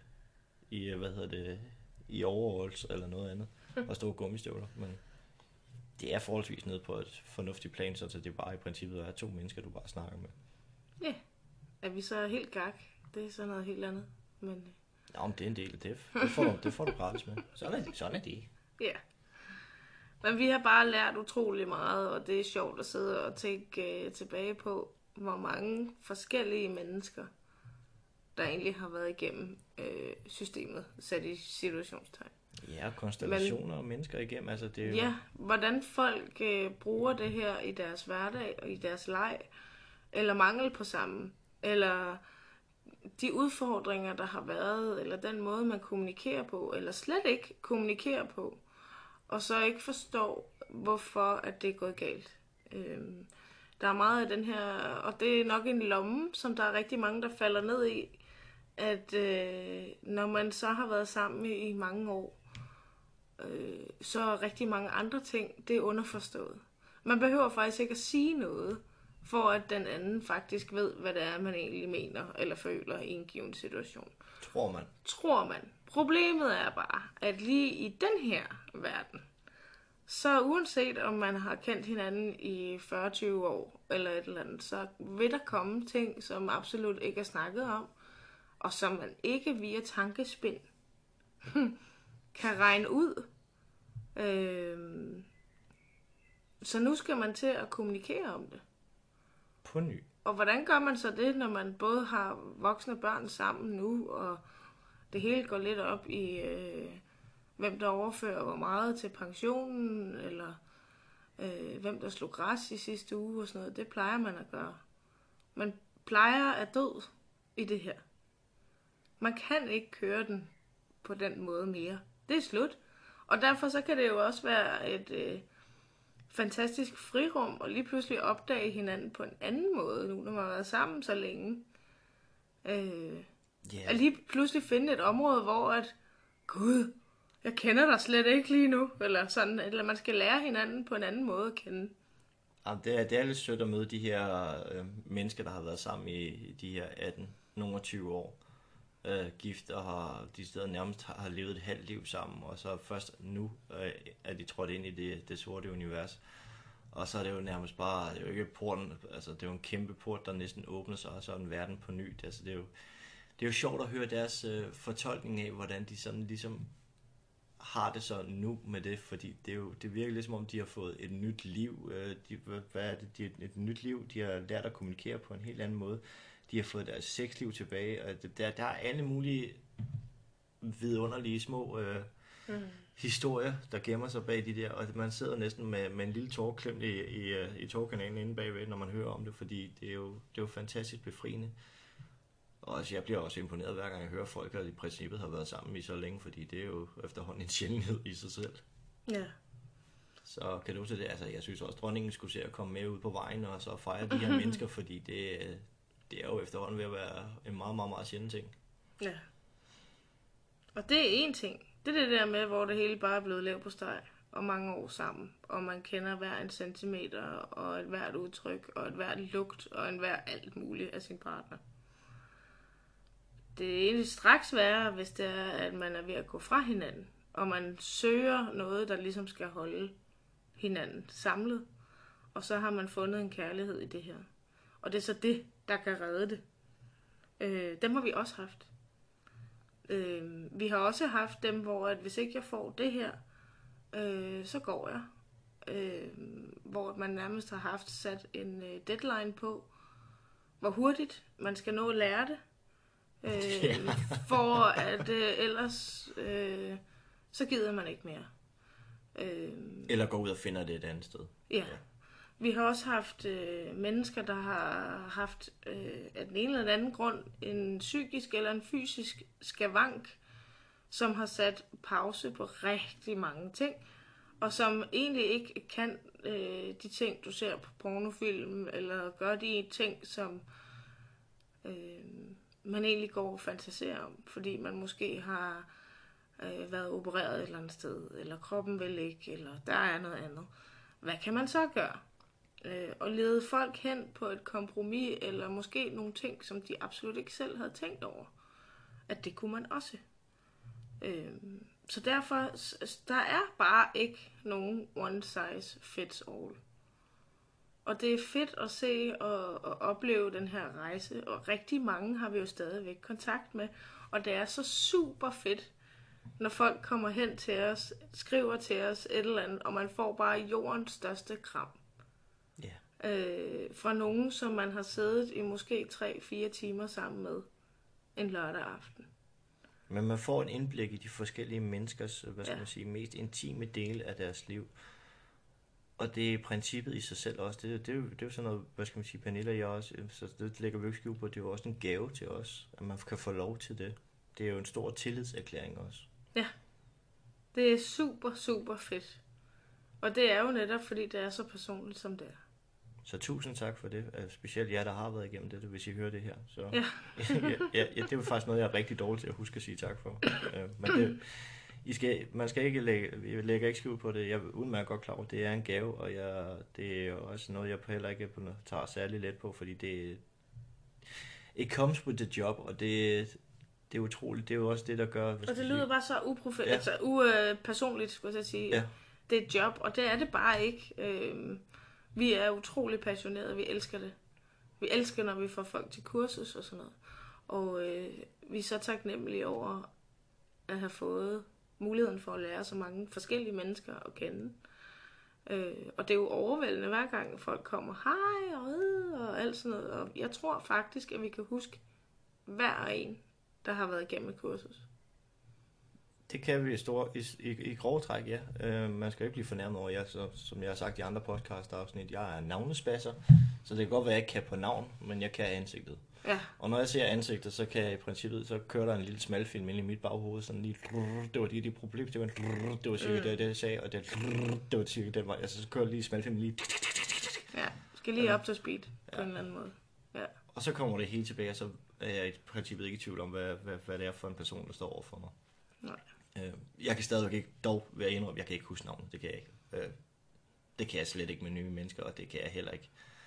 Speaker 3: i overalls eller noget andet, og står gummistøvler, men det er forholdsvis nede på et fornuftigt plan, så det bare i princippet er 2 mennesker, du bare snakker med.
Speaker 2: Ja, er vi så helt gak? Det er sådan noget helt andet, men...
Speaker 3: Nå, men det er en del af det. Det får du gratis med. Sådan er det.
Speaker 2: Ja. Men vi har bare lært utrolig meget, og det er sjovt at sidde og tænke tilbage på, hvor mange forskellige mennesker, der egentlig har været igennem systemet, sat i situationstegn.
Speaker 3: Ja, konstellationer og mennesker igennem, altså det er jo...
Speaker 2: Ja, hvordan folk bruger det her i deres hverdag og i deres leg, eller mangel på sammen, eller de udfordringer, der har været, eller den måde, man kommunikerer på, eller slet ikke kommunikerer på, og så ikke forstår, hvorfor at det er gået galt. Der er meget af den her, og det er nok en lomme, som der er rigtig mange, der falder ned i, at når man så har været sammen i mange år, så er rigtig mange andre ting, det er underforstået. Man behøver faktisk ikke at sige noget, for at den anden faktisk ved, hvad det er, man egentlig mener eller føler i en given situation.
Speaker 3: Tror man.
Speaker 2: Problemet er bare, at lige i den her verden, så uanset om man har kendt hinanden i 40-20 år eller et eller andet, så vil der komme ting, som absolut ikke er snakket om, og som man ikke via tankespind kan regne ud. Så nu skal man til at kommunikere om det.
Speaker 3: På ny.
Speaker 2: Og hvordan gør man så det, når man både har voksne børn sammen nu, og det hele går lidt op i, hvem der overfører hvor meget til pensionen, eller hvem der slog græs i sidste uge og sådan noget. Det plejer man at gøre. Man plejer at død i det her. Man kan ikke køre den på den måde mere. Det er slut. Og derfor så kan det jo også være et fantastisk frirum, og lige pludselig opdage hinanden på en anden måde, nu når man har været sammen så længe. At lige pludselig finde et område, hvor at, gud, jeg kender dig slet ikke lige nu, eller sådan, eller man skal lære hinanden på en anden måde at kende.
Speaker 3: Ja, det er lidt sødt at møde de her mennesker, der har været sammen i de her 18, nogle 20 år. Gift og har de steder nærmest har levet et halvt liv sammen, og så først nu er de trådt ind i det sorte univers. Og så er det jo nærmest bare, det er jo ikke porten, altså det er jo en kæmpe port, der næsten åbner sig, og så er en verden på ny. Altså det er jo sjovt at høre deres fortolkning af, hvordan de sådan ligesom har det så nu med det, fordi det virker lidt som om, de har fået et nyt liv. Et nyt liv, de har lært at kommunikere på en helt anden måde. De har fået deres sexliv tilbage, og der er alle mulige vidunderlige små historier, der gemmer sig bag de der, og man sidder næsten med en lille tårklemt i tårkanalen inde bagved, når man hører om det, fordi det er jo fantastisk befriende. Og altså, jeg bliver også imponeret, hver gang jeg hører folk, der i princippet har været sammen i så længe, fordi det er jo efterhånden en sjældenhed i sig selv.
Speaker 2: Ja.
Speaker 3: Så kan du se det, altså jeg synes også, dronningen skulle se at komme med ud på vejen, og så fejre de her mennesker, fordi det er jo efterhånden ved at være en meget, meget, meget sjælden ting.
Speaker 2: Ja. Og det er en ting. Det er det der med, hvor det hele bare er blevet lav på steg, og mange år sammen, og man kender hver en centimeter, og et hvert udtryk, og et hvert lugt, og en hver alt muligt af sin partner. Det er egentlig straks værre, hvis det er, at man er ved at gå fra hinanden, og man søger noget, der ligesom skal holde hinanden samlet, og så har man fundet en kærlighed i det her. Og det er så det, der kan redde det. Dem har vi også haft. Vi har også haft dem, hvor at hvis ikke jeg får det her, så går jeg. Hvor man nærmest har haft sat en deadline på, hvor hurtigt man skal nå at lære det. For at ellers så gider man ikke mere.
Speaker 3: Eller gå ud og finder det et andet sted.
Speaker 2: Ja. Vi har også haft mennesker, der har haft af den ene eller den anden grund en psykisk eller en fysisk skavank, som har sat pause på rigtig mange ting, og som egentlig ikke kan de ting, du ser på pornofilm, eller gør de ting, som man egentlig går og fantaserer om, fordi man måske har været opereret et eller andet sted, eller kroppen vil ikke, eller der er noget andet. Hvad kan man så gøre? Og lede folk hen på et kompromis, eller måske nogle ting, som de absolut ikke selv havde tænkt over. At det kunne man også. Så derfor, der er bare ikke nogen one size fits all. Og det er fedt at se og opleve den her rejse, og rigtig mange har vi jo stadigvæk kontakt med. Og det er så super fedt, når folk kommer hen til os, skriver til os et eller andet, og man får bare jordens største kram.
Speaker 3: Ja.
Speaker 2: Fra nogen, som man har siddet i måske 3-4 timer sammen med en lørdag aften.
Speaker 3: Men man får en indblik i de forskellige menneskers, hvad skal man sige, mest intime dele af deres liv. Og det er princippet i sig selv også. Det er jo sådan noget, hvad skal man sige, Pernille og jeg også, så det lægger vi ikke skjul på, det er jo også en gave til os, at man kan få lov til det. Det er jo en stor tillidserklæring også.
Speaker 2: Ja, det er super, super fedt. Og det er jo netop, fordi det er så personligt, som det er.
Speaker 3: Så tusind tak for det. Specielt jer, der har været igennem det, hvis I hører det her. Så,
Speaker 2: Ja.
Speaker 3: ja, det er faktisk noget, jeg er rigtig dårlig til at huske at sige tak for. Men det, man skal ikke jeg lægger ikke skjul på det. Jeg er udmærket godt klar over, det er en gave, og det er også noget, jeg heller ikke tager særlig let på, fordi det it comes with the job, og det er utroligt. Det er jo også det, der gør...
Speaker 2: Og det lyder bare så upersonligt, skulle jeg sige.
Speaker 3: Ja.
Speaker 2: Det er et job, og det er det bare ikke. Vi er utrolig passionerede, vi elsker det. Vi elsker, når vi får folk til kursus og sådan noget. Og vi er så taknemmelige over at have fået muligheden for at lære så mange forskellige mennesker at kende. Og det er jo overvældende hver gang folk kommer, hej og alt sådan noget. Og jeg tror faktisk, at vi kan huske hver en, der har været igennem et kursus.
Speaker 3: Det kan vi i grove træk, ja. Man skal ikke blive fornærmet over jer, som jeg har sagt i andre podcast-afsnit. Jeg er navnespasser, så det kan godt være, at jeg ikke kan på navn, men jeg kan ansigtet.
Speaker 2: Ja.
Speaker 3: Og når jeg ser ansigtet, så kan jeg i princippet, så kører der en lille smalfilm ind i mit baghoved, sådan lige, det var de problemer, det var cirka det, jeg sagde, og det var cirka den vej, altså så kører lige smalfilm lige.
Speaker 2: Ja, skal lige op til speed på en eller anden måde. Ja.
Speaker 3: Og så kommer det helt tilbage, og så er jeg i princippet ikke i tvivl om, hvad det er for en person, der står overfor mig.
Speaker 2: Nej.
Speaker 3: Jeg kan stadigvæk ikke, dog være indrømme, jeg kan ikke huske navnet, det kan jeg ikke. Det kan jeg slet ikke med nye mennesker, og det kan jeg heller ikke.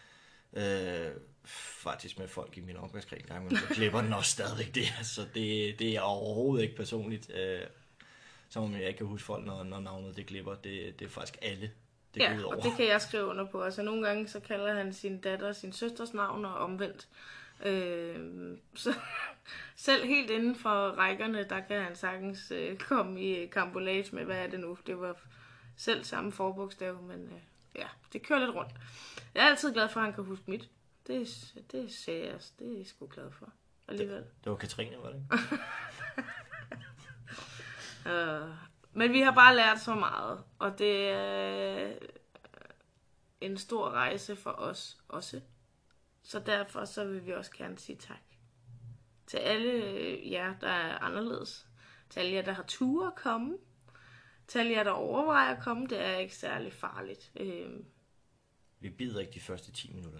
Speaker 3: Faktisk med folk i min omgangskreds en gang, men så klipper den også stadigvæk det. Så det er overhovedet ikke personligt. Som om jeg ikke kan huske folk, når navnet det klipper. Det er faktisk alle, det går ud over.
Speaker 2: Og det kan jeg skrive under på. Altså nogle gange, så kalder han sin datter sin søsters navn og omvendt. Så selv helt inden for rækkerne, der kan han sagtens komme i karambolage med, hvad er det nu? Det var selv samme forbogstav, men ja, det kører lidt rundt. Jeg er altid glad for, at han kan huske mit. Det ser jeg, det er jeg sgu glad for alligevel.
Speaker 3: Det var Katrine, var det ikke?
Speaker 2: Men vi har bare lært så meget, og det er en stor rejse for os også. Så derfor så vil vi også gerne sige tak til alle jer, der er anderledes. Til alle jer, der har ture at komme. Til alle jer, der overvejer at komme. Det er ikke særlig farligt.
Speaker 3: Vi bider ikke de første 10 minutter.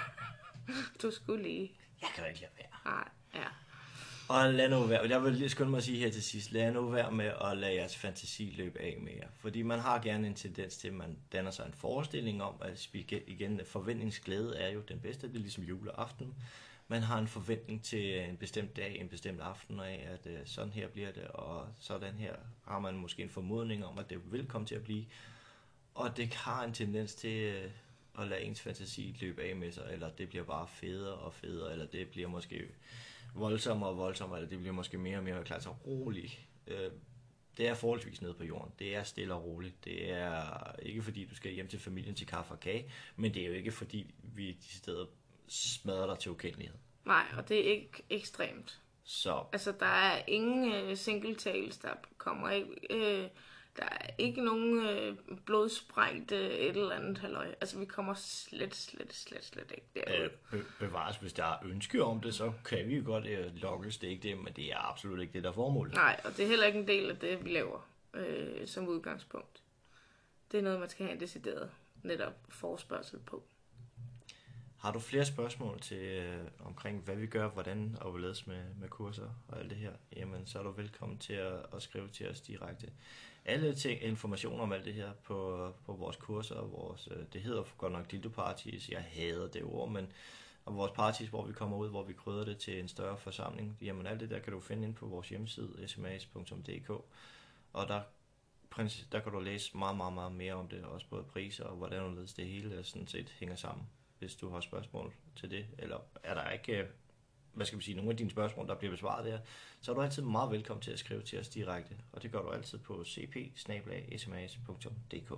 Speaker 2: Du skulle lige.
Speaker 3: Jeg kan jo ikke lade være.
Speaker 2: Nej, ja.
Speaker 3: Og lad nu være, jeg vil lige skynde mig at sige her til sidst, lad nu være med at lade jeres fantasi løbe af med jer. Fordi man har gerne en tendens til, at man danner sig en forestilling om, at igen, forventningsglæde er jo den bedste, det er ligesom juleaften. Man har en forventning til en bestemt dag, en bestemt aften af, at sådan her bliver det, og sådan her har man måske en formodning om, at det vil komme til at blive. Og det har en tendens til at lade ens fantasi løbe af med sig, eller det bliver bare federe og federe, eller det bliver måske voldsommere og voldsommere, eller det bliver måske mere og mere klart så roligt. Det er forholdsvis nede på jorden. Det er stille og roligt. Det er ikke fordi, du skal hjem til familien til kaffe og kage, men det er jo ikke fordi, vi de steder smadrer dig til ukendelighed.
Speaker 2: Nej, og det er ikke ekstremt.
Speaker 3: Så.
Speaker 2: Altså, der er ingen single tales, der kommer ikke... Der er ikke nogen blodsprængt et eller andet halløj. Altså, vi kommer slet ikke derud.
Speaker 3: Bevares, hvis der er ønske om det, så kan vi jo godt lokkes. Det er ikke det, men det er absolut ikke det, der er formålet.
Speaker 2: Nej, og det er heller ikke en del af det, vi laver som udgangspunkt. Det er noget, man skal have en decideret netop forespørgsel på.
Speaker 3: Har du flere spørgsmål til omkring, hvad vi gør, hvordan og hvorledes med kurser og alt det her, jamen så er du velkommen til at skrive til os direkte. Alle informationer om alt det her på vores kurser, og det hedder godt nok Dildo Parties, jeg hader det ord, men og vores parties, hvor vi kommer ud, hvor vi krydder det til en større forsamling, jamen alt det der kan du finde ind på vores hjemmeside, smas.dk, og der kan du læse meget, meget, meget mere om det, også både priser og hvordan det hele sådan set hænger sammen. Hvis du har spørgsmål til det, eller er der ikke nogle af dine spørgsmål, der bliver besvaret der, så er du altid meget velkommen til at skrive til os direkte, og det gør du altid på cp@smas.dk.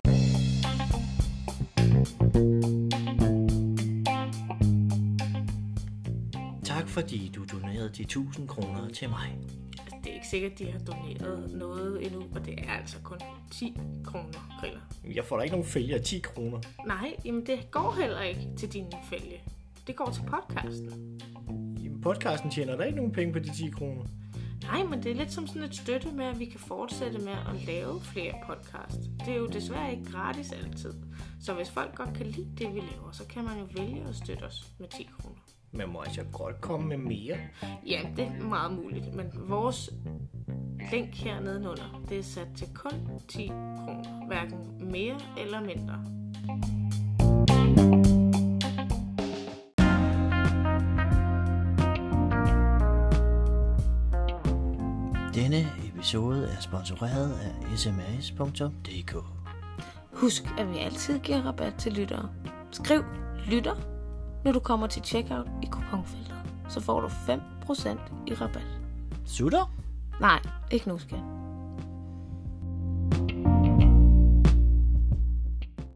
Speaker 3: Tak fordi du donerede de 1000 kroner til mig.
Speaker 2: Altså, det er ikke sikkert, at de har doneret noget endnu, og det er altså kun 10 kroner, Griller.
Speaker 3: Jeg får da ikke nogen fælge af 10 kroner.
Speaker 2: Nej, jamen det går heller ikke til din fælge. Det går til podcasten.
Speaker 3: Jamen, podcasten tjener der ikke nogen penge på de 10 kroner.
Speaker 2: Nej, men det er lidt som sådan et støtte med, at vi kan fortsætte med at lave flere podcast. Det er jo desværre ikke gratis altid. Så hvis folk godt kan lide det, vi laver, så kan man jo vælge at støtte os med 10 kroner.
Speaker 3: Man må altså godt komme med mere.
Speaker 2: Ja, det er meget muligt, men vores link her nedenunder, det er sat til kun 10 kroner. Hverken mere eller mindre.
Speaker 1: Denne episode er sponsoreret af sms.dk.
Speaker 2: Husk, at vi altid giver rabat til lyttere. Skriv lytter, når du kommer til checkout i kuponfeltet. Så får du 5% i rabat.
Speaker 1: Sutter?
Speaker 2: Nej, ikke nu, skat.